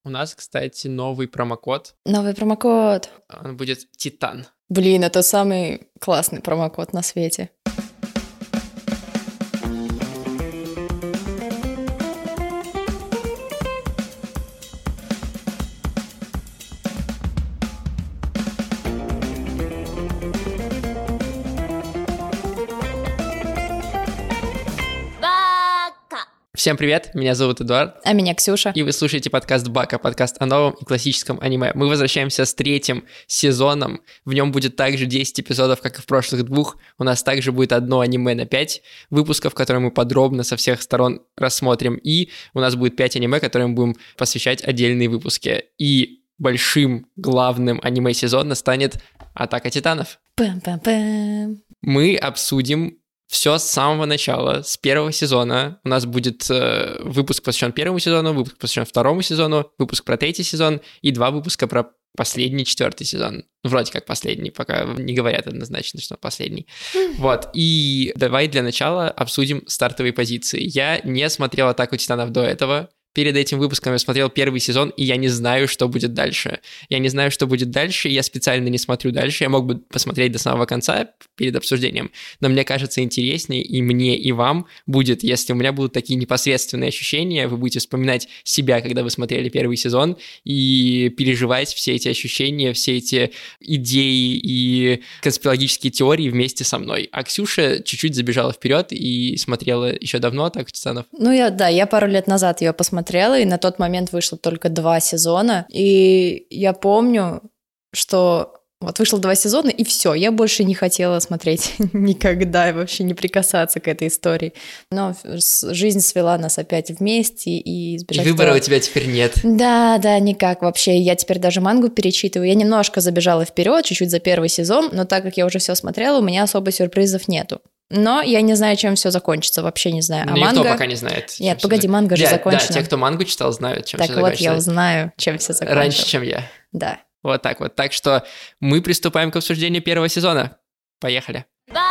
У нас, кстати, новый промокод. Новый промокод. Он будет Титан. Блин, это самый классный промокод на свете. Всем привет, меня зовут Эдуард. А меня Ксюша. И вы слушаете подкаст Бака, подкаст о новом и классическом аниме. Мы возвращаемся с 3-м сезоном. В нем будет также 10 эпизодов, как и в прошлых 2. У нас также будет одно аниме на 5 выпусков, которые мы подробно со всех сторон рассмотрим. И у нас будет 5 аниме, которым мы будем посвящать отдельные выпуски. И большим главным аниме сезона станет «Атака Титанов». Пам-пам-пам. Мы обсудим все с самого начала, с первого сезона. У нас будет выпуск посвящен первому сезону, выпуск посвящен второму сезону, выпуск про 3-й сезон и 2 выпуска про последний 4-й сезон. Вроде как последний, пока не говорят однозначно, что последний. Вот, и давай для начала обсудим стартовые позиции. Я не смотрел «Атаку Титанов» до этого. Перед этим выпуском я смотрел первый сезон, и я не знаю, что будет дальше. Я специально не смотрю дальше. Я мог бы посмотреть до самого конца перед обсуждением, но мне кажется интереснее и мне, и вам будет, если у меня будут такие непосредственные ощущения, вы будете вспоминать себя, когда вы смотрели первый сезон, и переживать все эти ощущения, все эти идеи и конспирологические теории вместе со мной. А Ксюша чуть-чуть забежала вперед и смотрела еще давно «Атаку Титанов». Я пару лет назад ее посмотрела, и на тот момент вышло только 2 сезона, и я помню, что вот вышло 2 сезона, и все, я больше не хотела смотреть никогда, вообще не прикасаться к этой истории. Но жизнь свела нас опять вместе, и избежать... И выбора у тебя теперь нет. Да, никак вообще. Я теперь даже мангу перечитываю. Я немножко забежала вперед, чуть-чуть за первый сезон, но так как я уже все смотрела, у меня особо сюрпризов нету. Но я не знаю, чем все закончится, вообще не знаю. А никто манга... пока не знает. Нет, погоди, манга же закончена. Да, те, кто мангу читал, знают, чем так все вот, закончится. я узнаю, чем все закончится. Раньше, чем я. Да. Вот так вот. Так что мы приступаем к обсуждению первого сезона. Поехали.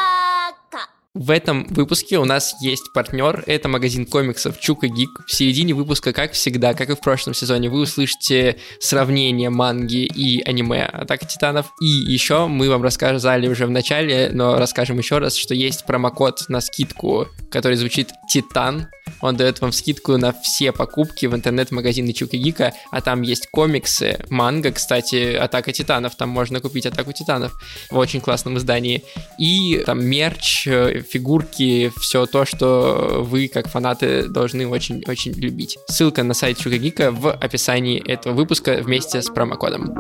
В этом выпуске у нас есть партнер, это магазин комиксов Чука Гик. В середине выпуска, как всегда, как и в прошлом сезоне, вы услышите сравнение манги и аниме «Атака Титанов». И еще мы вам рассказали уже в начале, но расскажем еще раз, что есть промокод на скидку, который звучит «Титан». Он дает вам скидку на все покупки в интернет-магазине Чука Гика, а там есть комиксы, манга, кстати, «Атака Титанов», там можно купить «Атаку Титанов» в очень классном издании, и там мерч, фигурки, все то, что вы, как фанаты, должны очень-очень любить. Ссылка на сайт Чука Гика в описании этого выпуска вместе с промокодом.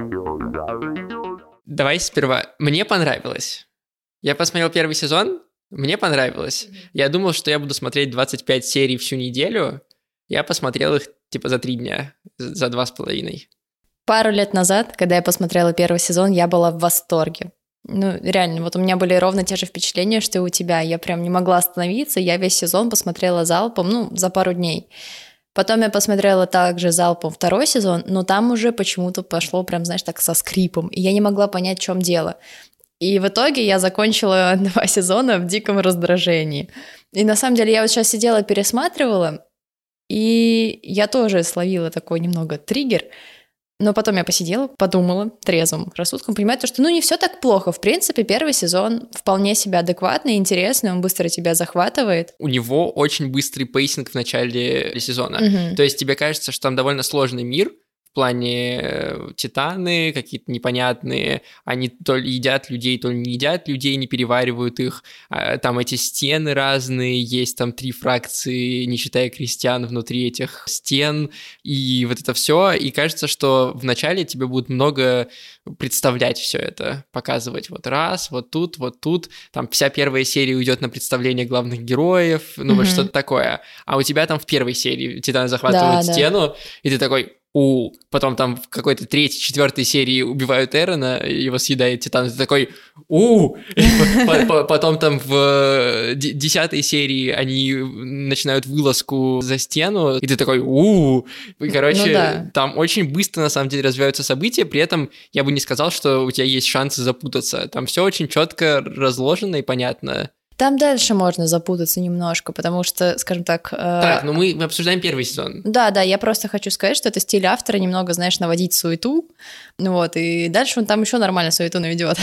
Давай сперва. Мне понравилось. Я посмотрел первый сезон, мне понравилось. Я думал, что я буду смотреть 25 серий всю неделю. Я посмотрел их типа за 3 дня, за 2,5. Пару лет назад, когда я посмотрела первый сезон, я была в восторге. Реально, вот у меня были ровно те же впечатления, что и у тебя. Я прям не могла остановиться, я весь сезон посмотрела залпом, за пару дней. Потом я посмотрела также залпом 2-й сезон, но там уже почему-то пошло прям, знаешь, так со скрипом, и я не могла понять, в чем дело. И в итоге я закончила 2 сезона в диком раздражении. И на самом деле я вот сейчас сидела, пересматривала, и я тоже словила такой немного триггер. Но потом я посидела, подумала трезвым рассудком, понимаю, что не все так плохо. В принципе, первый сезон вполне себе адекватный, интересный, он быстро тебя захватывает. У него очень быстрый пейсинг в начале сезона. Угу. То есть тебе кажется, что там довольно сложный мир, в плане титаны какие-то непонятные, они то ли едят людей, то ли не едят людей, не переваривают их, там эти стены разные, есть там 3 фракции, не считая крестьян внутри этих стен, и вот это все, и кажется, что вначале тебе будут много представлять все это, показывать вот раз, вот тут, там вся первая серия уйдет на представление главных героев, вот что-то такое, а у тебя там в первой серии титаны захватывают стену, и ты такой... Потом там в какой-то 3-4 серии убивают Эрона, его съедает Титан, и ты такой Потом там в 10-й серии они начинают вылазку за стену, и ты такой Короче, там очень быстро на самом деле развиваются события, при этом я бы не сказал, что у тебя есть шансы запутаться. Там все очень четко разложено и понятно. Там дальше можно запутаться немножко, потому что, скажем так... Так, ну мы обсуждаем первый сезон. Да, я просто хочу сказать, что это стиль автора немного, знаешь, наводить суету, вот, и дальше он там еще нормально суету наведет.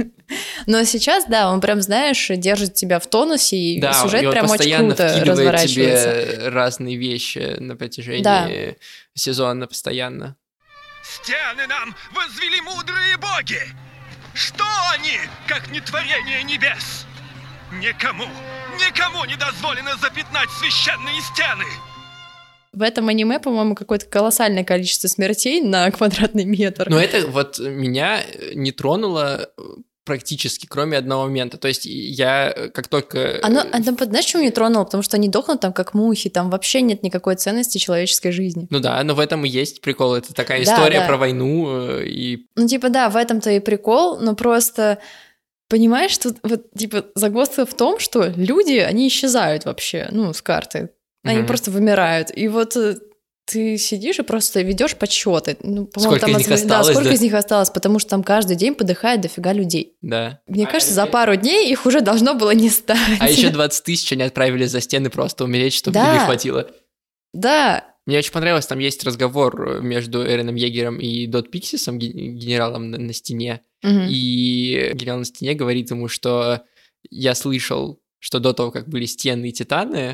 Но сейчас, да, он прям, знаешь, держит тебя в тонусе, и да, сюжет и он прям очень круто разворачивается. Тебе разные вещи на протяжении сезона постоянно. Стены нам возвели мудрые боги! Что они, как не творение небес? Никому не дозволено запятнать священные стены! В этом аниме, по-моему, какое-то колоссальное количество смертей на квадратный метр. Но это вот меня не тронуло практически, кроме одного момента. То есть я как только... Знаешь, что меня тронуло? Потому что они дохнут там как мухи, там вообще нет никакой ценности человеческой жизни. Ну да, но в этом и есть прикол. Это такая история про войну и... Ну типа да, в этом-то и прикол, но просто... Понимаешь, что вот, типа, загвоздка в том, что люди, они исчезают вообще, с карты. Они просто вымирают. И вот ты сидишь и просто ведешь подсчеты. Сколько из них осталось? Да, сколько из них осталось, потому что там каждый день подыхает дофига людей. Да. Мне кажется, за пару дней их уже должно было не стать. А еще 20 тысяч они отправили за стены просто умереть, чтобы не хватило. Да. Мне очень понравилось, там есть разговор между Эреном Йегером и Дот Пиксисом, генералом на стене. И генерал на стене говорит ему, что я слышал, что до того, как были стены и титаны,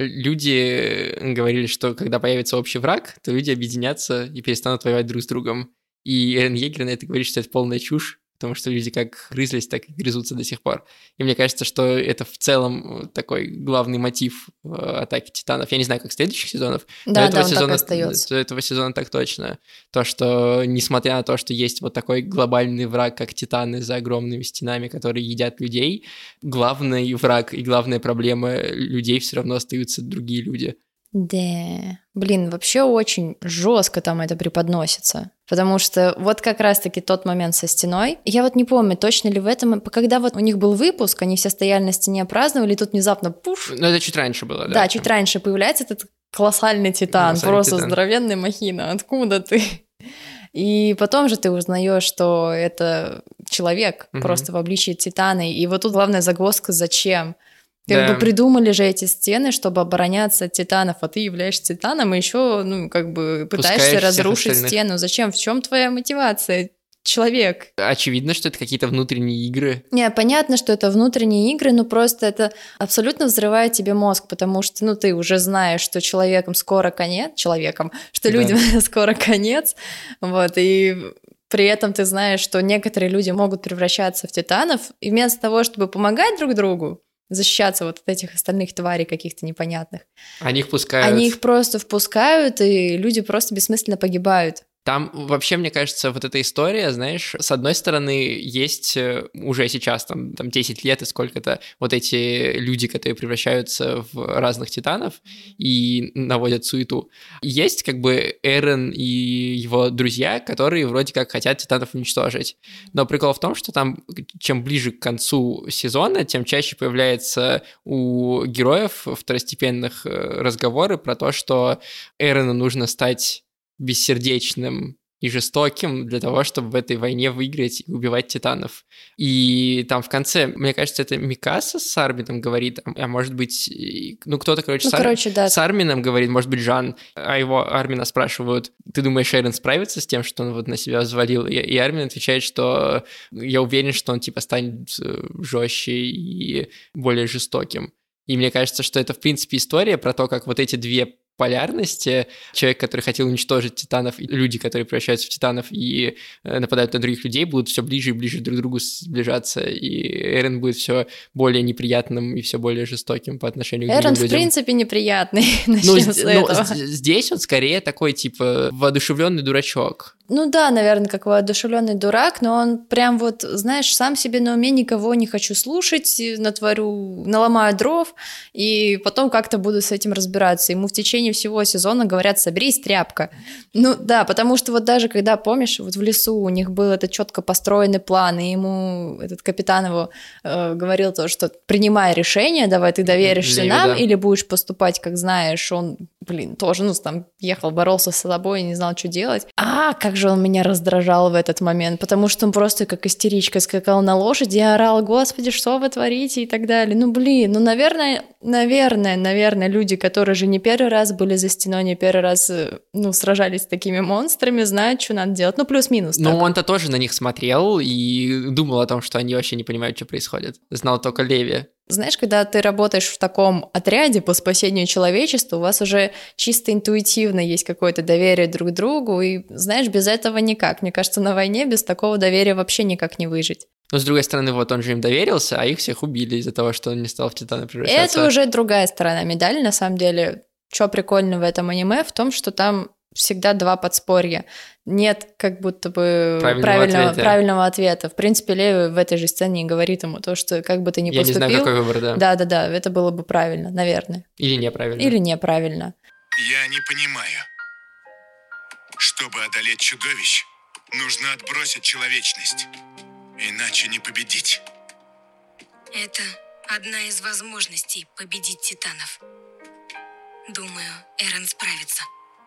люди говорили, что когда появится общий враг, то люди объединятся и перестанут воевать друг с другом. И Эрен Йегер на это говорит, что это полная чушь, потому что люди как грызлись, так и грызутся до сих пор. И мне кажется, что это в целом такой главный мотив атаки титанов. Я не знаю, как следующих сезонов, но этого сезона так точно. То, что несмотря на то, что есть вот такой глобальный враг, как титаны за огромными стенами, которые едят людей, главный враг и главная проблема людей все равно остаются другие люди. Да, вообще очень жестко там это преподносится, потому что вот как раз-таки тот момент со стеной, я вот не помню, точно ли в этом, когда вот у них был выпуск, они все стояли на стене, праздновали, и тут внезапно пуш. Ну это чуть раньше было, да? Да, чуть раньше появляется этот колоссальный титан, просто здоровенная махина, откуда ты? И потом же ты узнаешь, что это человек, просто в обличии титана, и вот тут главная загвоздка, зачем? Как бы придумали же эти стены, чтобы обороняться от титанов, а ты являешься титаном и еще, пытаешься разрушить стену. Зачем? В чем твоя мотивация? Человек. Очевидно, что это какие-то внутренние игры. Не, понятно, что это внутренние игры, но просто это абсолютно взрывает тебе мозг, потому что, ты уже знаешь, что людям скоро скоро конец, вот, и при этом ты знаешь, что некоторые люди могут превращаться в титанов, и вместо того, чтобы помогать друг другу, защищаться вот от этих остальных тварей каких-то непонятных. Они их пускают. Они их просто впускают, и люди просто бессмысленно погибают. Там вообще, мне кажется, вот эта история, знаешь, с одной стороны, есть уже сейчас, там 10 лет и сколько-то вот эти люди, которые превращаются в разных титанов и наводят суету. Есть как бы Эрен и его друзья, которые вроде как хотят титанов уничтожить. Но прикол в том, что там, чем ближе к концу сезона, тем чаще появляется у героев второстепенных разговоры про то, что Эрену нужно стать бессердечным и жестоким для того, чтобы в этой войне выиграть и убивать титанов. И там в конце, мне кажется, это Микаса с Армином говорит, а может быть, кто-то, с Армином говорит, может быть, Жан, а его Армина спрашивают, ты думаешь, Эрен справится с тем, что он вот на себя взвалил? И Армин отвечает, что я уверен, что он типа станет жестче и более жестоким. И мне кажется, что это, в принципе, история про то, как вот эти две полярности, человек, который хотел уничтожить титанов, и люди, которые превращаются в титанов и нападают на других людей, будут все ближе и ближе друг к другу сближаться, и Эрен будет все более неприятным и все более жестоким по отношению к другим людям. Эрен, в принципе, неприятный. Здесь он скорее такой, типа, воодушевленный дурачок. Ну да, наверное, как воодушевленный дурак, но он прям вот, знаешь, сам себе на уме никого не хочу слушать, наломаю дров, и потом как-то буду с этим разбираться. Ему в течение всего сезона говорят: соберись, тряпка. Ну да, потому что вот даже когда, помнишь, вот в лесу у них был этот четко построенный план, и ему этот капитан его говорил то, что принимай решение, давай ты доверишься нам, или будешь поступать, как знаешь. Он, тоже, там ехал, боролся с собой, не знал, что делать. как же он меня раздражал в этот момент, потому что он просто как истеричка скакал на лошади и орал: «Господи, что вы творите?» и так далее. Наверное, люди, которые же не первый раз были за стеной, не первый раз, сражались с такими монстрами, знают, что надо делать. Плюс-минус. Но он-то тоже на них смотрел и думал о том, что они вообще не понимают, что происходит. Знал только Леви. Знаешь, когда ты работаешь в таком отряде по спасению человечества, у вас уже чисто интуитивно есть какое-то доверие друг к другу, и, знаешь, без этого никак. Мне кажется, на войне без такого доверия вообще никак не выжить. Но, с другой стороны, вот он же им доверился, а их всех убили из-за того, что он не стал в Титана превращаться. Это уже другая сторона медали, на самом деле. Что прикольно в этом аниме, в том, что там всегда два подспорья. Нет как будто бы правильного ответа. В принципе, Леви в этой же сцене говорит ему то, что как бы ты ни поступил... Я не знаю, какой выбор, да. Да, это было бы правильно, наверное. Или неправильно. Или неправильно. Я не понимаю. Чтобы одолеть чудовищ, нужно отбросить человечность. Иначе не победить. Это одна из возможностей победить титанов. Думаю, Эрен справится.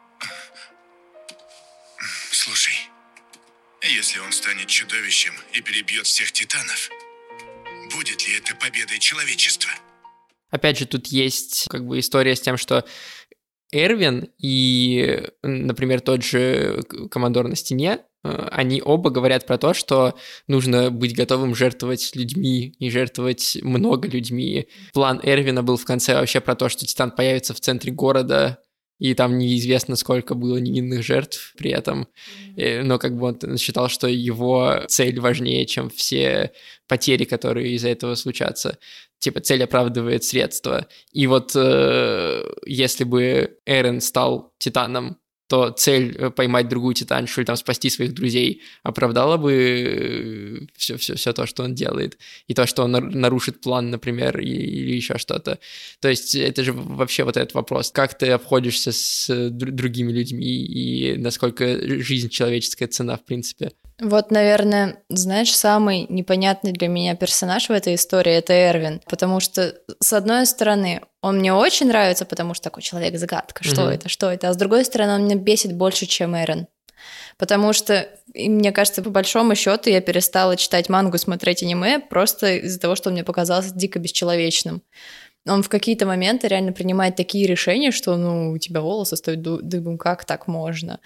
Слушай, если он станет чудовищем и перебьет всех титанов, будет ли это победой человечества? Опять же, тут есть как бы история с тем, что Эрвин и, например, тот же командор на стене, они оба говорят про то, что нужно быть готовым жертвовать людьми и жертвовать много людьми. План Эрвина был в конце вообще про то, что Титан появится в центре города, и там неизвестно, сколько было невинных жертв при этом. Но как бы он считал, что его цель важнее, чем все потери, которые из-за этого случатся. Типа цель оправдывает средства. И вот если бы Эрен стал Титаном, то цель поймать другую титаншу или там спасти своих друзей оправдала бы все то, что он делает. И то, что он нарушит план, например, или еще что-то. То есть это же вообще вот этот вопрос. Как ты обходишься с другими людьми и насколько жизнь человеческая цена, в принципе. Вот, наверное, знаешь, самый непонятный для меня персонаж в этой истории — это Эрвин, потому что, с одной стороны, он мне очень нравится, потому что такой человек-загадка, что это, а с другой стороны, он меня бесит больше, чем Эрен, потому что, мне кажется, по большому счету я перестала читать мангу, смотреть аниме просто из-за того, что он мне показался дико бесчеловечным. Он в какие-то моменты реально принимает такие решения, что, у тебя волосы стоят дыбом, как так можно?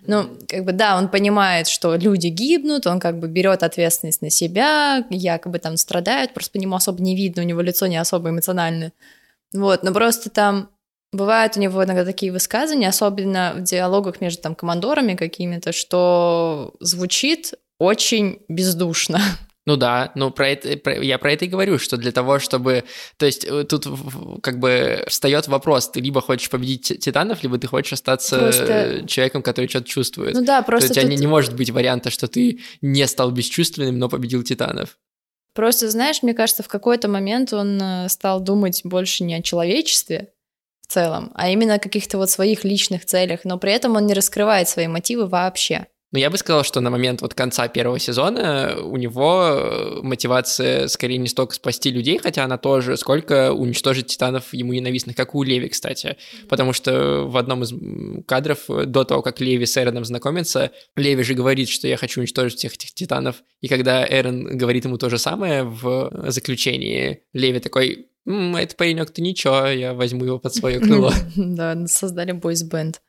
Он понимает, что люди гибнут, он как бы берет ответственность на себя, якобы там страдают, просто по нему особо не видно, у него лицо не особо эмоциональное. Вот, но просто там бывают у него иногда такие высказывания, особенно в диалогах между там командорами какими-то, что звучит очень бездушно. Ну да, я про это и говорю, что для того, чтобы... То есть тут как бы встает вопрос, ты либо хочешь победить титанов, либо ты хочешь остаться человеком, который что-то чувствует. Ну да, просто то есть у тебя не может быть варианта, что ты не стал бесчувственным, но победил титанов. Просто, знаешь, мне кажется, в какой-то момент он стал думать больше не о человечестве в целом, а именно о каких-то вот своих личных целях, но при этом он не раскрывает свои мотивы вообще. Но я бы сказал, что на момент вот конца первого сезона у него мотивация скорее не столько спасти людей, хотя она тоже, сколько уничтожить титанов ему ненавистных, как у Леви, кстати. Потому что в одном из кадров, до того, как Леви с Эреном знакомятся, Леви же говорит, что я хочу уничтожить всех этих титанов. И когда Эрен говорит ему то же самое в заключении, Леви такой: этот паренек-то ничего, я возьму его под свое крыло. Да, создали бойс-бенд.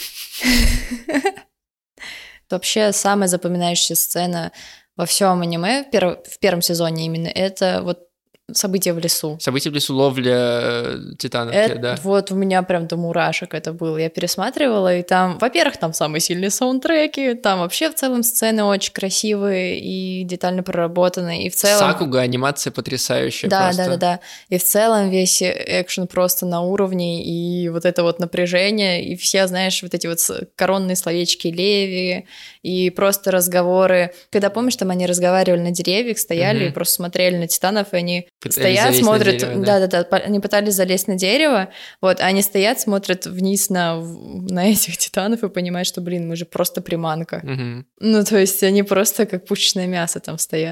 Вообще, самая запоминающаяся сцена во всем аниме, в первом сезоне именно, это вот события в лесу. События в лесу, ловля титанов, да. Вот у меня прям до мурашек это было. Я пересматривала, и там, во-первых, там самые сильные саундтреки, там вообще в целом сцены очень красивые и детально проработанные, и в целом... Сакуга, анимация потрясающая просто. Да. И в целом весь экшен просто на уровне, и вот это вот напряжение, и все, знаешь, вот эти вот коронные словечки Леви, и просто разговоры. Когда, помнишь, там они разговаривали на деревьях, стояли и просто смотрели на титанов, и они стоят, смотрят, да, они пытались залезть на дерево, вот, а они стоят, смотрят вниз на этих титанов и понимают, что, мы же просто приманка. То есть они просто как пушечное мясо там стоят.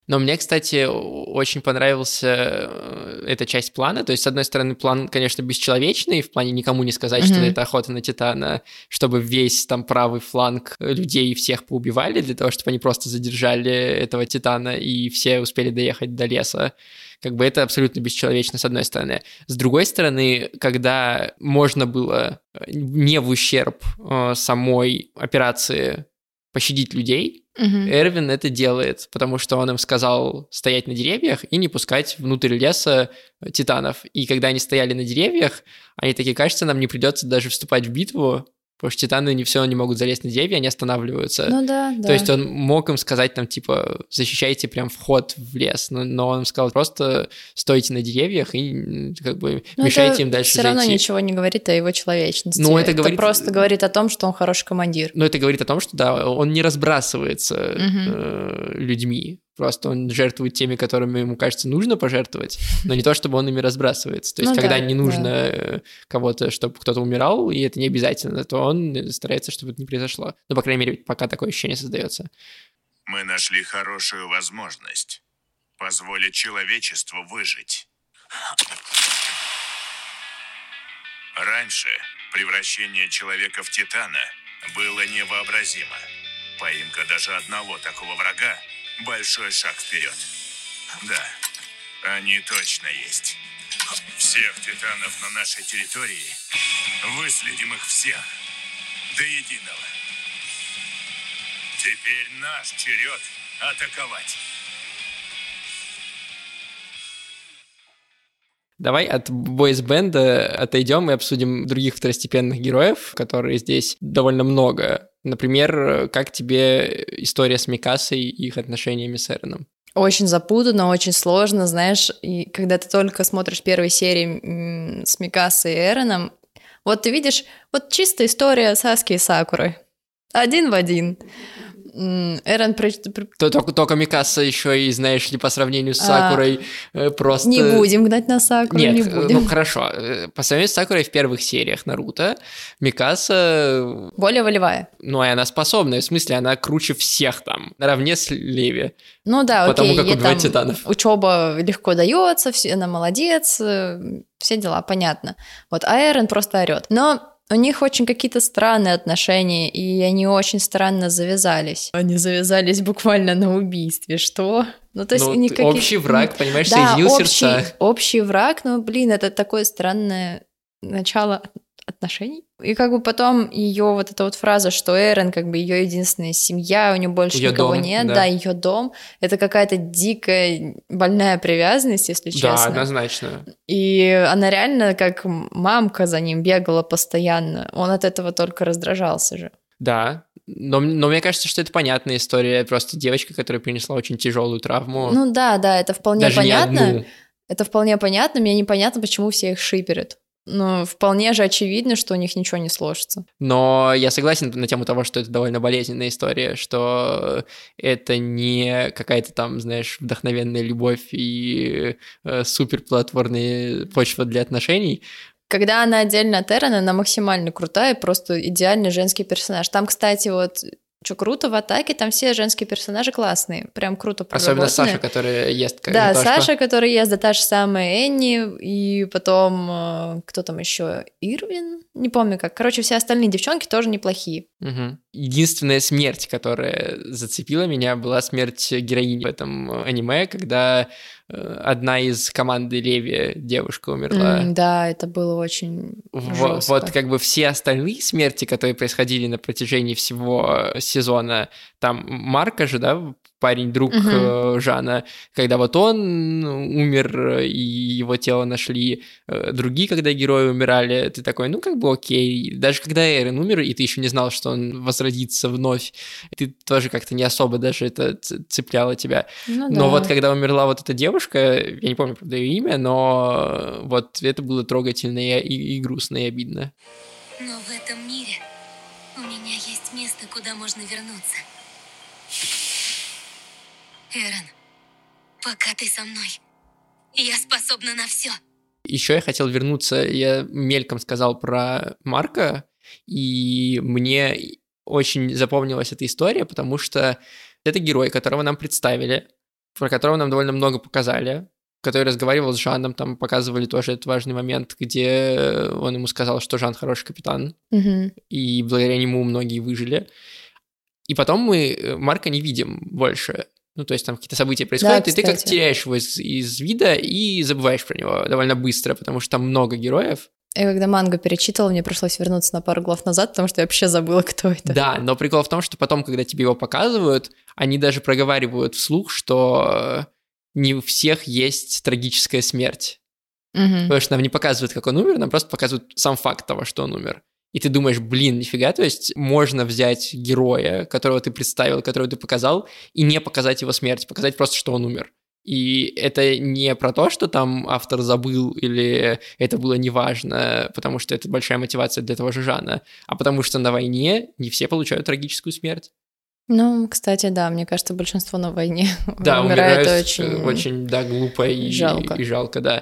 Но мне, кстати, очень понравился эта часть плана. То есть, с одной стороны, план, конечно, бесчеловечный, в плане никому не сказать, что это охота на Титана, чтобы весь там правый фланг людей всех поубивали, для того, чтобы они просто задержали этого Титана и все успели доехать до леса. Как бы это абсолютно бесчеловечно, с одной стороны. С другой стороны, когда можно было не в ущерб самой операции пощадить людей, Эрвин это делает, потому что он им сказал стоять на деревьях и не пускать внутрь леса титанов. И когда они стояли на деревьях, они такие, кажется, нам не придется даже вступать в битву, потому что титаны не все, они могут залезть на деревья, они останавливаются. Ну да. То есть он мог им сказать там, типа, защищайте прям вход в лес, но он сказал, просто стойте на деревьях и как бы мешайте им дальше все равно зайти. ничего не говорит о его человечности. Ну, это говорит... просто говорит о том, что он хороший командир. Но это говорит о том, что, да, он не разбрасывается людьми. Просто он жертвует теми, которыми ему кажется нужно пожертвовать, но не то, чтобы он ими разбрасывается. То есть, когда не нужно кого-то, чтобы кто-то умирал, и это не обязательно, то он старается, чтобы это не произошло. Ну, по крайней мере, пока такое ощущение создается. Мы нашли хорошую возможность позволить человечеству выжить. Раньше превращение человека в Титана было невообразимо. Поимка даже одного такого врага – большой шаг вперед. Да, они точно есть. Всех Титанов на нашей территории выследим их всех до единого. Теперь наш черед атаковать. Давай от бойс-бенда отойдем и обсудим других второстепенных героев, которые здесь довольно много. Например, как тебе история с Микасой и их отношениями с Эроном? Очень запутанно, очень сложно, знаешь, и когда ты только смотришь первые серии с Микасой и Эроном, вот ты видишь, вот чистая история Саски и Сакуры. Один в один. Эрон... Только Микаса еще и, знаешь ли, по сравнению с Сакурой просто... Не будем гнать на Сакуру, Нет, не будем. Ну хорошо. По сравнению с Сакурой в первых сериях Наруто, Микаса... Более волевая. Ну, и она способная, в смысле, она круче всех там, наравне с Леви. Ну да, потому окей, как убивать титанов. Учеба легко дается, она молодец, все дела, понятно. Вот, а Эрон просто орет. Но у них очень какие-то странные отношения, и они очень странно завязались. Они завязались буквально на убийстве, что? Ну, то есть общий враг, понимаешь, да, соединил сердца. Общий враг, но, блин, это такое странное начало отношений. И как бы потом ее вот эта вот фраза, что Эрон как бы ее единственная семья, у нее больше её никого нет, да, ее дом, это какая-то дикая больная привязанность, если честно. Да, однозначно. И она реально как мамка за ним бегала постоянно, он от этого только раздражался же. Да, но мне кажется, что это понятная история, просто девочка, которая перенесла очень тяжелую травму. Ну да, это вполне даже понятно. Не одну. Это вполне понятно, мне непонятно, почему все их шиперят. Ну, вполне же очевидно, что у них ничего не сложится. Но я согласен на тему того, что это довольно болезненная история, что это не какая-то там, знаешь, вдохновенная любовь и суперплодотворная почва для отношений. Когда она отдельно от Эрона, она максимально крутая, просто идеальный женский персонаж. Там, кстати, вот... Что круто в «Атаке», там все женские персонажи классные, прям круто проработаны. Особенно Саша, которая ест. Да, Саша, которая ест, да, та же самая Энни, и потом, кто там еще, Ирвин? Не помню как. Короче, все остальные девчонки тоже неплохие. Угу. Единственная смерть, которая зацепила меня, была смерть героини в этом аниме, когда одна из команды Леви, девушка, умерла. Да, это было очень жестко. Вот как бы все остальные смерти, которые происходили на протяжении всего сезона, там Марка же, да, парень, друг Жана, когда вот он умер, и его тело нашли, другие, когда герои умирали, ты такой, ну, как бы окей. Даже когда Эрон умер, и ты еще не знал, что он возродится вновь, ты тоже как-то не особо даже это цепляло тебя. Ну, но вот когда умерла вот эта девушка, я не помню, правда, ее имя, но вот это было трогательно и грустно, и обидно. Но в этом мире у меня есть место, куда можно вернуться. Эрон, пока ты со мной, я способна на все. Еще я хотел вернуться, я мельком сказал про Марка, и мне очень запомнилась эта история, потому что это герой, которого нам представили, про которого нам довольно много показали, который разговаривал с Жаном, там показывали тоже этот важный момент, где он ему сказал, что Жан хороший капитан, и благодаря нему многие выжили. И потом мы Марка не видим больше. Ну, то есть там какие-то события происходят, Да, и ты как кстати. теряешь его из вида и забываешь про него довольно быстро, потому что там много героев. И когда мангу перечитывала, мне пришлось вернуться на пару глав назад, потому что я вообще забыла, кто это. Да, но прикол в том, что потом, когда тебе его показывают, они даже проговаривают вслух, что не у всех есть трагическая смерть. Потому что нам не показывают, как он умер, нам просто показывают сам факт того, что он умер. И ты думаешь, блин, нифига, то есть можно взять героя, которого ты представил, которого ты показал, и не показать его смерть, показать просто, что он умер. И это не про то, что там автор забыл или это было неважно, потому что это большая мотивация для того же Жана, а потому что на войне не все получают трагическую смерть. Ну, кстати, да, мне кажется, большинство на войне Да, умирает умирают очень, да, глупо и жалко, да.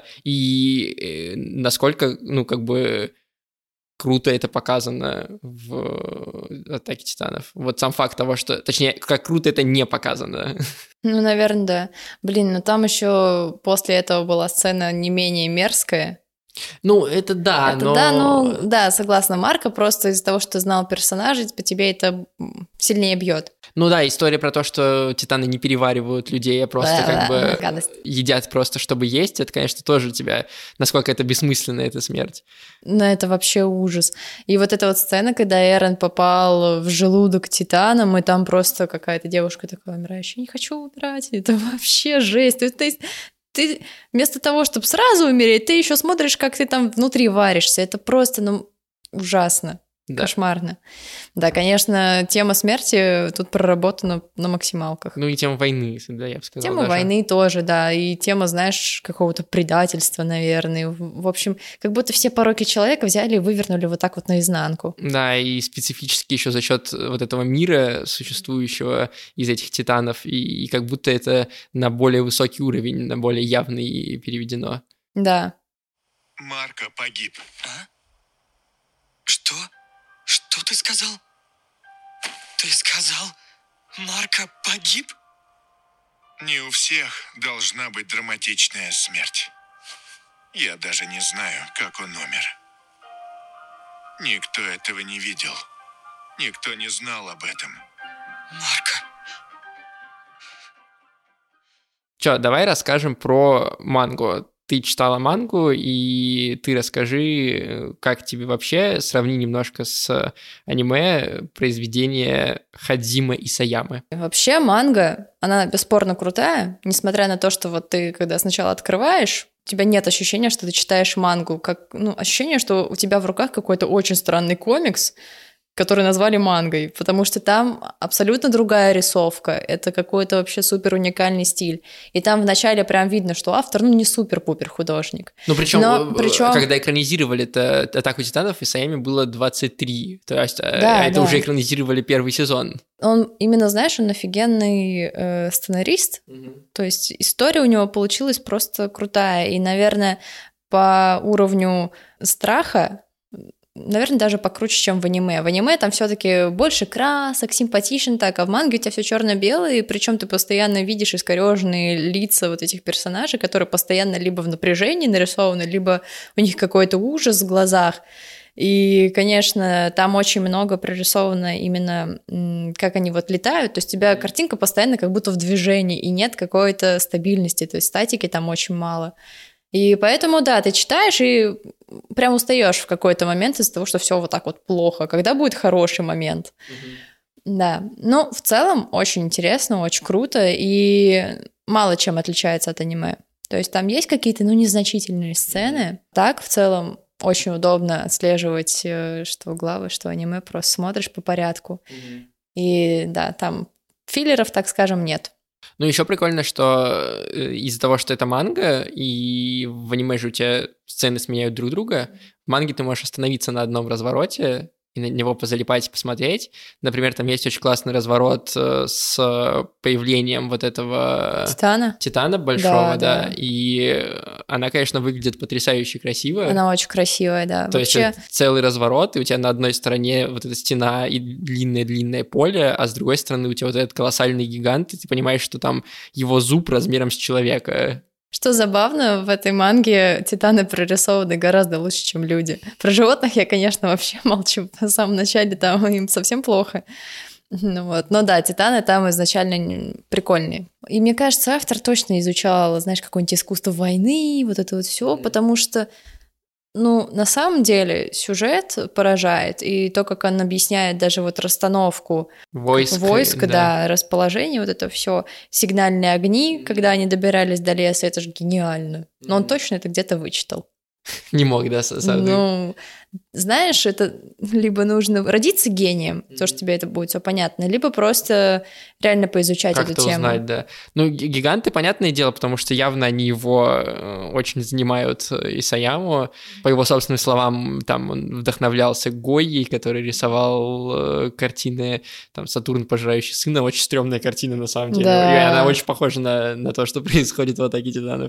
И насколько, ну, как бы круто это показано в «Атаке Титанов». Вот сам факт того, что... Точнее, как круто это не показано. Ну, наверное, да. Блин, но там еще после этого была сцена не менее мерзкая. Ну, это да, но... Да, ну, да, согласна, Марка, просто из-за того, что ты знал персонажей, по тебе это сильнее бьет. Ну да, история про то, что титаны не переваривают людей, а просто как бы гадость. едят просто, чтобы есть, это, конечно, тоже тебя... Насколько это бессмысленно, эта смерть. Ну, это вообще ужас. И вот эта вот сцена, когда Эрен попал в желудок титанам, и там просто какая-то девушка такая умирающая, не хочу умирать, это вообще жесть. Ты вместо того, чтобы сразу умереть, ты еще смотришь, как ты там внутри варишься. Это просто, ну, ужасно. Да. Кошмарно. Да, конечно, тема смерти тут проработана на максималках. Ну и тема войны, да, я бы сказал. Тема войны тоже, да, и тема, знаешь, какого-то предательства, наверное. В общем, как будто все пороки человека взяли и вывернули вот так вот наизнанку. Да, и специфически еще за счет вот этого мира, существующего из этих титанов, и как будто это на более высокий уровень, на более явный переведено. Да. Марко погиб. А? Что? Что ты сказал? Ты сказал, Марко погиб? Не у всех должна быть драматичная смерть. Я даже не знаю, как он умер. Никто этого не видел. Никто не знал об этом. Марко. Чё, давай расскажем про мангу. Ты читала мангу, и ты расскажи, как тебе вообще, сравни немножко с аниме произведение Хадзимы Исаямы. Вообще манга, она бесспорно крутая, несмотря на то, что вот ты, когда сначала открываешь, у тебя нет ощущения, что ты читаешь мангу, ощущение, что у тебя в руках какой-то очень странный комикс, который назвали мангой, потому что там абсолютно другая рисовка, это какой-то вообще супер уникальный стиль. И там вначале прям видно, что автор, не супер-пупер художник. Ну, причем, когда экранизировали «Атаку Титанов», Исаяме было 23, то есть это уже экранизировали первый сезон. Он именно, знаешь, он офигенный сценарист, то есть история у него получилась просто крутая, и, наверное, по уровню страха, наверное, даже покруче, чем в аниме. В аниме там все-таки больше красок, симпатичен так, а в манге у тебя все черно-белое, причем ты постоянно видишь искореженные лица вот этих персонажей, которые постоянно либо в напряжении нарисованы, либо у них какой-то ужас в глазах. И, конечно, там очень много прорисовано именно, как они вот летают, то есть у тебя картинка постоянно как будто в движении, и нет какой-то стабильности, то есть статики там очень мало. И поэтому, да, ты читаешь и прям устаешь в какой-то момент из-за того, что все вот так вот плохо. Когда будет хороший момент? Да. Ну, в целом, очень интересно, очень круто и мало чем отличается от аниме. То есть там есть какие-то, незначительные сцены. Так, в целом, очень удобно отслеживать что главы, что аниме, просто смотришь по порядку. И да, там филлеров, так скажем, нет. Ну, еще прикольно, что из-за того, что это манга, и в аниме же у тебя сцены сменяют друг друга, в манге ты можешь остановиться на одном развороте, и на него позалипать и посмотреть. Например, там есть очень классный разворот с появлением вот этого... Титана большого, да. И она, конечно, выглядит потрясающе красиво. Она очень красивая, да. То есть это целый разворот, и у тебя на одной стороне вот эта стена и длинное-длинное поле, а с другой стороны у тебя вот этот колоссальный гигант, и ты понимаешь, что там его зуб размером с человека. Что забавно, в этой манге титаны прорисованы гораздо лучше, чем люди. Про животных я, конечно, вообще молчу. В самом начале там им совсем плохо. Но да, титаны там изначально прикольные. И мне кажется, автор точно изучал, знаешь, какое-нибудь искусство войны, вот это вот все, потому что на самом деле сюжет поражает, и то, как он объясняет даже вот расстановку войск, да, расположение, вот это все, сигнальные огни, когда они добирались до леса, это же гениально. Но он точно это где-то вычитал. Не мог, да, знаешь, это либо нужно родиться гением, то, что тебе это будет все понятно, либо просто реально поизучать эту тему. Как-то узнать, да. Гиганты, понятное дело, потому что явно они его очень занимают, Исаяму. По его собственным словам, там он вдохновлялся Гойей, который рисовал картины, там, «Сатурн, пожирающий сына», очень стрёмная картина, на самом деле. Да. И она очень похожа на то, что происходит в «Атаке титанов».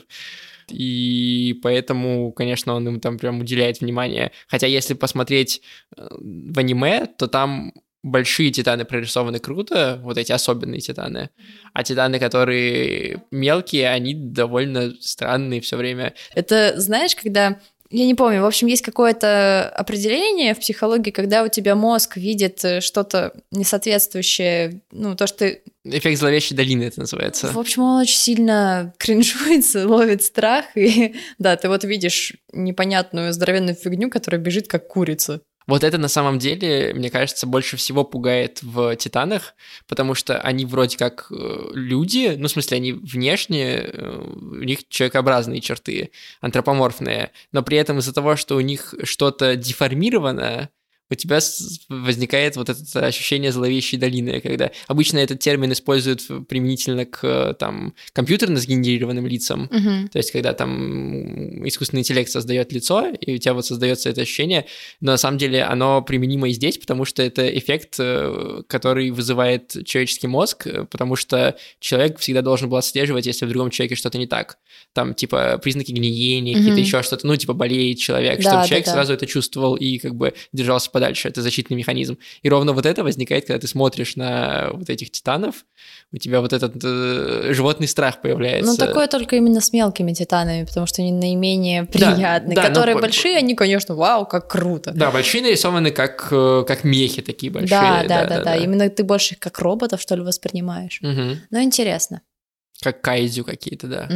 И поэтому, конечно, он им там прям уделяет внимание. Хотя если посмотреть в аниме, то там большие титаны прорисованы круто, вот эти особенные титаны, а титаны, которые мелкие, они довольно странные все время. Это, знаешь, когда... Я не помню, в общем, есть какое-то определение в психологии, когда у тебя мозг видит что-то несоответствующее, то, что ты... Эффект зловещей долины это называется. В общем, он очень сильно кринжуется, ловит страх, и да, ты вот видишь непонятную здоровенную фигню, которая бежит как курица. Вот это на самом деле, мне кажется, больше всего пугает в «Титанах», потому что они вроде как люди, в смысле, они внешне, у них человекообразные черты, антропоморфные, но при этом из-за того, что у них что-то деформировано, у тебя возникает вот это ощущение зловещей долины, когда обычно этот термин используют применительно к компьютерно сгенерированным лицам, то есть когда там искусственный интеллект создает лицо, и у тебя вот создается это ощущение, но на самом деле оно применимо и здесь, потому что это эффект, который вызывает человеческий мозг, потому что человек всегда должен был отслеживать, если в другом человеке что-то не так, там типа признаки гниения, какие-то еще что-то, типа болеет человек, чтобы человек сразу это чувствовал и как бы держался подальше, это защитный механизм. И ровно вот это возникает, когда ты смотришь на вот этих титанов, у тебя вот этот животный страх появляется. Такое только именно с мелкими титанами, потому что они наименее приятные. Которые большие, они, конечно, вау, как круто. Да, большие нарисованы как мехи такие большие. Да. Именно ты больше их как роботов, что ли, воспринимаешь. Но интересно. Как кайдзю какие-то, да.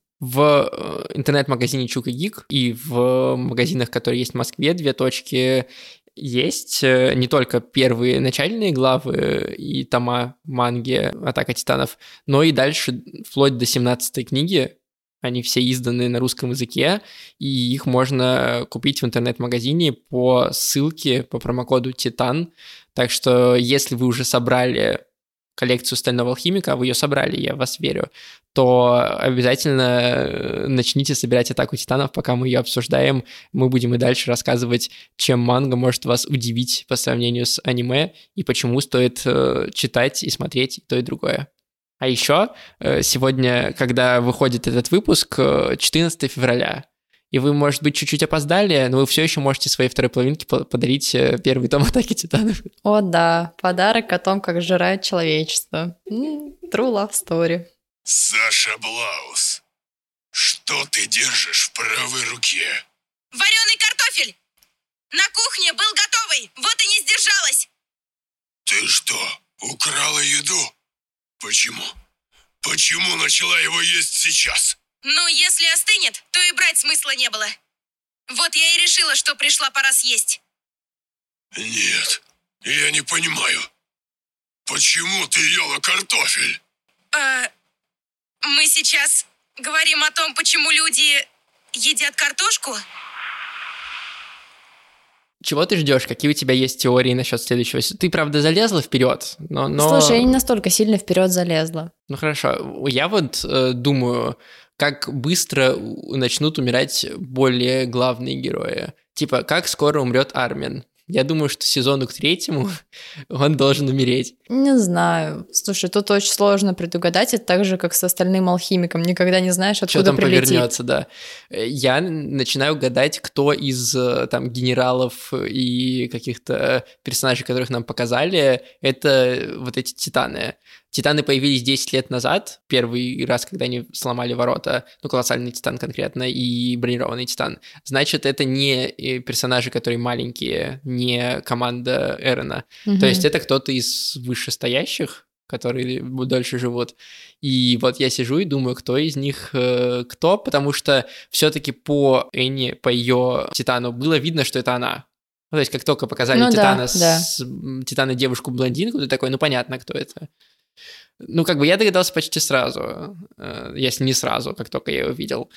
В интернет-магазине Чука Гик и в магазинах, которые есть в Москве, 2 точки, есть не только первые начальные главы и тома манги «Атака титанов», но и дальше, вплоть до 17-й книги. Они все изданы на русском языке, и их можно купить в интернет-магазине по ссылке, по промокоду «Титан». Так что, если вы уже собрали коллекцию «Стального алхимика», а вы ее собрали, я в вас верю, то обязательно начните собирать «Атаку титанов», пока мы ее обсуждаем. Мы будем и дальше рассказывать, чем манга может вас удивить по сравнению с аниме, и почему стоит читать и смотреть и то, и другое. А еще сегодня, когда выходит этот выпуск, 14 февраля, и вы, может быть, чуть-чуть опоздали, но вы все еще можете своей второй половинке подарить первый том «Атаки титанов». О, да, подарок о том, как сжирает человечество. True love story. Саша Блаус, что ты держишь в правой руке? Вареный картофель! На кухне был готовый, вот и не сдержалась. Ты что, украла еду? Почему? Почему начала его есть сейчас? Ну, если остынет, то и брать смысла не было. Вот я и решила, что пришла пора съесть. Нет, я не понимаю. Почему ты ела картофель? Мы сейчас говорим о том, почему люди едят картошку? Чего ты ждешь? Какие у тебя есть теории насчет следующего? Ты, правда, залезла вперед, но... Слушай, я не настолько сильно вперед залезла. Ну хорошо, я вот думаю, как быстро начнут умирать более главные герои. Типа, как скоро умрет Армин. Я думаю, что сезону к 3 он должен умереть. Не знаю. Слушай, тут очень сложно предугадать. Это так же, как с остальным алхимиком. Никогда не знаешь, Что откуда там прилетит. повернется, да. Я начинаю гадать, кто из там генералов и каких-то персонажей, которых нам показали, это вот эти титаны. Титаны появились 10 лет назад, первый раз, когда они сломали ворота, ну, колоссальный титан конкретно, и бронированный титан. Значит, это не персонажи, которые маленькие, не команда Эрона. То есть это кто-то из вышестоящих, которые дольше живут. И вот я сижу и думаю, кто из них кто, потому что все-таки по Энни, по ее титану было видно, что это она. Ну, то есть как только показали Титана девушку-блондинку, ты такой, ну, понятно, кто это. Ну, как бы я догадался почти сразу, если не сразу, как только я его видел.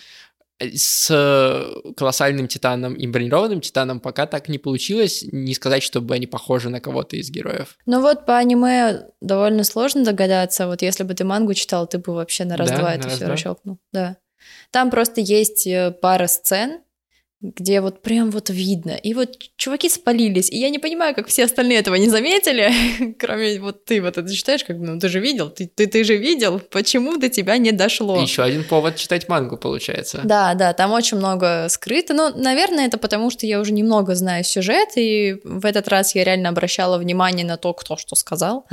С колоссальным титаном и бронированным титаном пока так не получилось, не сказать, чтобы они похожи на кого-то из героев. Ну вот по аниме довольно сложно догадаться. Вот если бы ты мангу читал, ты бы вообще на раз-два это все расщелкнул. Да. Там просто есть пара сцен, где вот прям вот видно. И вот чуваки спалились. И я не понимаю, как все остальные этого не заметили, кроме вот ты вот это читаешь, как бы, ну ты же видел, ты же видел, почему до тебя не дошло. Еще один повод читать мангу, получается. Да, там очень много скрыто. Ну, наверное, это потому, что я уже немного знаю сюжет, и в этот раз я реально обращала внимание на то, кто что сказал.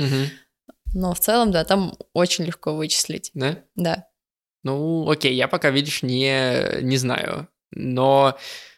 Но в целом, да, там очень легко вычислить. Да? Да. Ну, окей, я пока, видишь, не знаю. Но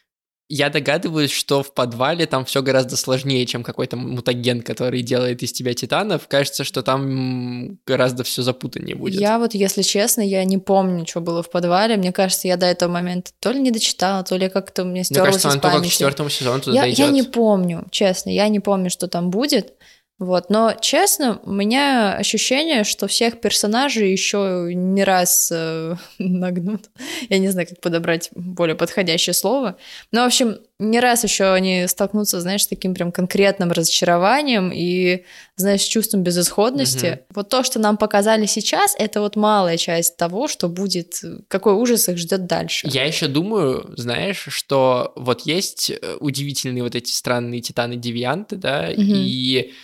я догадываюсь, что в подвале там все гораздо сложнее, чем какой-то мутаген, который делает из тебя титанов. Кажется, что там гораздо все запутаннее будет. Я вот, если честно, я не помню, что было в подвале. Мне кажется, я до этого момента то ли не дочитала, то ли как-то у меня стерлось из памяти. Мне кажется, он только к 4 сезону туда дойдет. Я не помню, честно, я не помню, что там будет. Вот, но, честно, у меня ощущение, что всех персонажей еще не раз нагнут. Я не знаю, как подобрать более подходящее слово. Но, в общем, не раз еще они столкнутся, знаешь, с таким прям конкретным разочарованием и, знаешь, с чувством безысходности. Вот то, что нам показали сейчас, это вот малая часть того, что будет, какой ужас их ждет дальше. Я еще думаю, знаешь, что вот есть удивительные вот эти странные титаны-девианты, да, и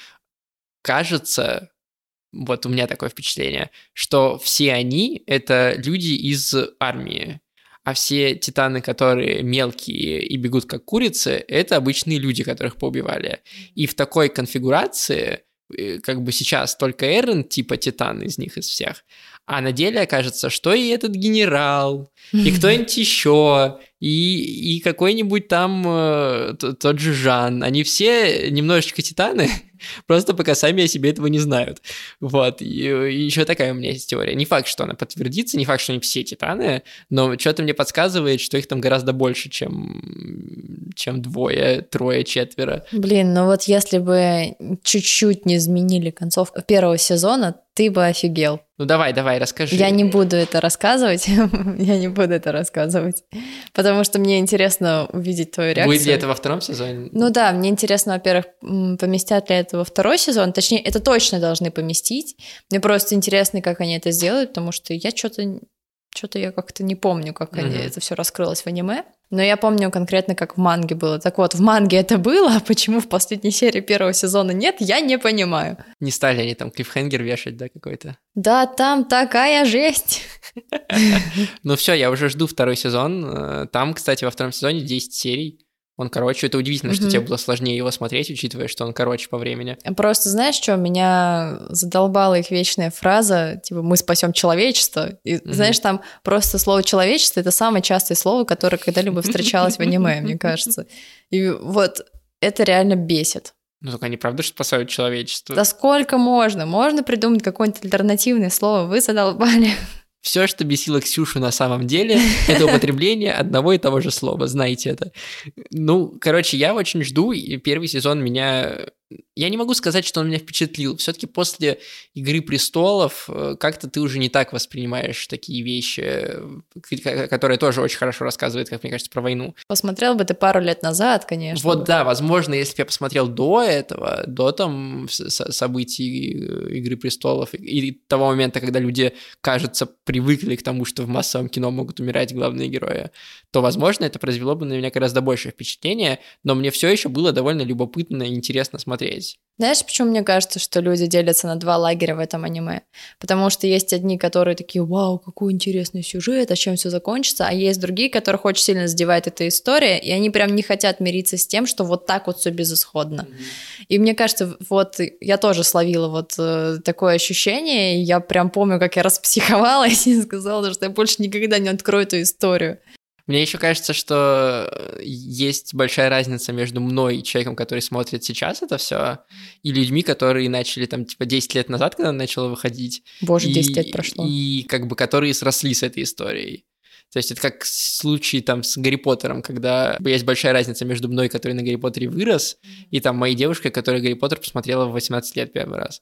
кажется, вот у меня такое впечатление, что все они — это люди из армии, а все титаны, которые мелкие и бегут как курицы, это обычные люди, которых поубивали. И в такой конфигурации, как бы сейчас только Эрен типа титан из них, из всех, а на деле окажется, что и этот генерал, и кто-нибудь еще, и какой-нибудь там тот же Жан. Они все немножечко титаны, просто пока сами о себе этого не знают. Вот, и еще такая у меня есть теория. Не факт, что она подтвердится, не факт, что они все титаны, но что-то мне подсказывает, что их там гораздо больше, чем 2, 3, 4. Блин, ну вот если бы чуть-чуть не изменили концовку первого сезона, ты бы офигел. Ну давай, расскажи. Я не буду это рассказывать, потому что мне интересно увидеть твою реакцию. Будет ли это во 2 сезоне? Ну да, мне интересно, во-первых, поместят ли это во 2 сезон, точнее, это точно должны поместить. Мне просто интересно, как они это сделают, потому что я что-то я как-то не помню, как это все раскрылось в аниме. Но я помню конкретно, как в манге было. Так вот, в манге это было, а почему в последней серии 1 сезона нет, я не понимаю. Не стали они там клиффхенгер вешать, да, какой-то? Да, там такая жесть. Ну все, я уже жду 2 сезон. Там, кстати, во 2 сезоне 10 серий. Он короче. Это удивительно, что тебе было сложнее его смотреть, учитывая, что он короче по времени. Просто знаешь, что меня задолбала их вечная фраза, типа «мы спасем человечество». И знаешь, там просто слово «человечество» — это самое частое слово, которое когда-либо встречалось в аниме, мне кажется. И вот это реально бесит. Ну, только они правда что спасают человечество? Да сколько можно? Можно придумать какое-нибудь альтернативное слово. Вы задолбали. Все, что бесило Ксюшу на самом деле, это употребление одного и того же слова, знаете это. Ну, короче, я очень жду, и 1 сезон меня я не могу сказать, что он меня впечатлил. Все-таки после «Игры престолов» как-то ты уже не так воспринимаешь такие вещи, которые тоже очень хорошо рассказывают, как мне кажется, про войну. Посмотрел бы ты пару лет назад, конечно. Вот да, возможно, если бы я посмотрел до этого, до там событий «Игры престолов» и того момента, когда люди, кажется, привыкли к тому, что в массовом кино могут умирать главные герои, то, возможно, это произвело бы на меня гораздо большее впечатление, но мне все еще было довольно любопытно и интересно смотреть. Знаешь, почему мне кажется, что люди делятся на два лагеря в этом аниме? Потому что есть одни, которые такие: вау, какой интересный сюжет, а чем все закончится, а есть другие, которых очень сильно задевает эта история, и они прям не хотят мириться с тем, что вот так вот все безысходно. И мне кажется, вот я тоже словила вот такое ощущение, и я прям помню, как я распсиховалась и сказала, что я больше никогда не открою эту историю. Мне еще кажется, что есть большая разница между мной и человеком, который смотрит сейчас это все, и людьми, которые начали там типа 10 лет назад, когда она начала выходить. Боже, 10 лет прошло. И как бы которые сросли с этой историей. То есть это как случай там с Гарри Поттером, когда есть большая разница между мной, который на Гарри Поттере вырос, и там моей девушкой, которая Гарри Поттер посмотрела в 18 лет первый раз.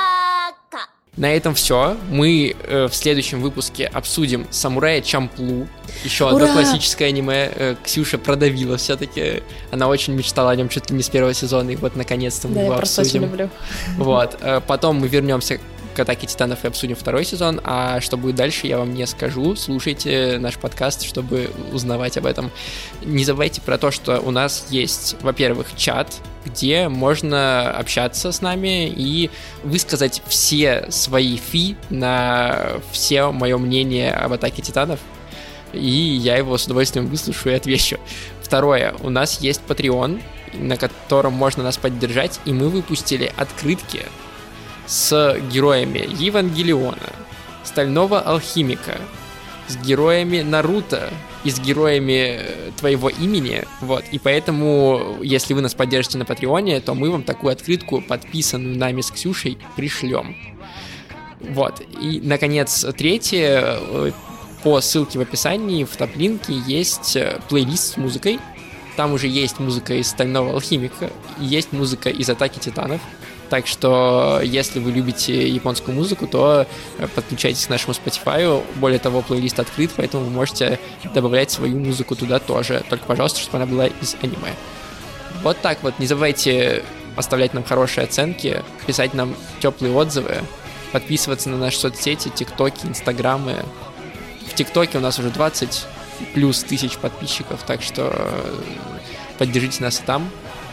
На этом все. Мы в следующем выпуске обсудим «Самурая Чамплу». Еще одно классическое аниме. Ксюша продавила все-таки. Она очень мечтала о нем чуть ли не с первого сезона, и вот наконец-то мы его обсудим. Да, я просто очень люблю. Вот. Потом мы вернемся к «Атаке титанов» и обсудим второй сезон, а что будет дальше, я вам не скажу. Слушайте наш подкаст, чтобы узнавать об этом. Не забывайте про то, что у нас есть, во-первых, чат, где можно общаться с нами и высказать все свои на все мое мнение об «Атаке титанов», и я его с удовольствием выслушаю и отвечу. Второе, у нас есть Patreon, на котором можно нас поддержать, и мы выпустили открытки с героями Евангелиона, Стального Алхимика, с героями Наруто и с героями твоего имени, вот, и поэтому, если вы нас поддержите на Патреоне, то мы вам такую открытку, подписанную нами с Ксюшей, пришлем. Вот, и, наконец, третье, по ссылке в описании, в топ-линке есть плейлист с музыкой, там уже есть музыка из Стального Алхимика, есть музыка из Атаки Титанов. Так что, если вы любите японскую музыку, то подключайтесь к нашему Spotify. Более того, плейлист открыт, поэтому вы можете добавлять свою музыку туда тоже. Только, пожалуйста, чтобы она была из аниме. Вот так вот. Не забывайте оставлять нам хорошие оценки, писать нам теплые отзывы, подписываться на наши соцсети, тиктоки, инстаграмы. В тиктоке у нас уже 20 плюс тысяч подписчиков, так что поддержите нас и там.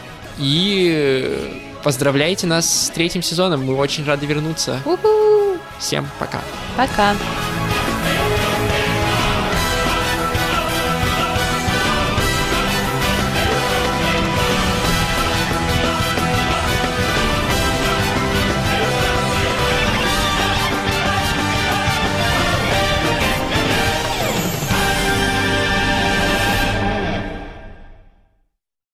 И поздравляйте нас с 3-м сезоном. Мы очень рады вернуться. У-ху! Всем пока. Пока.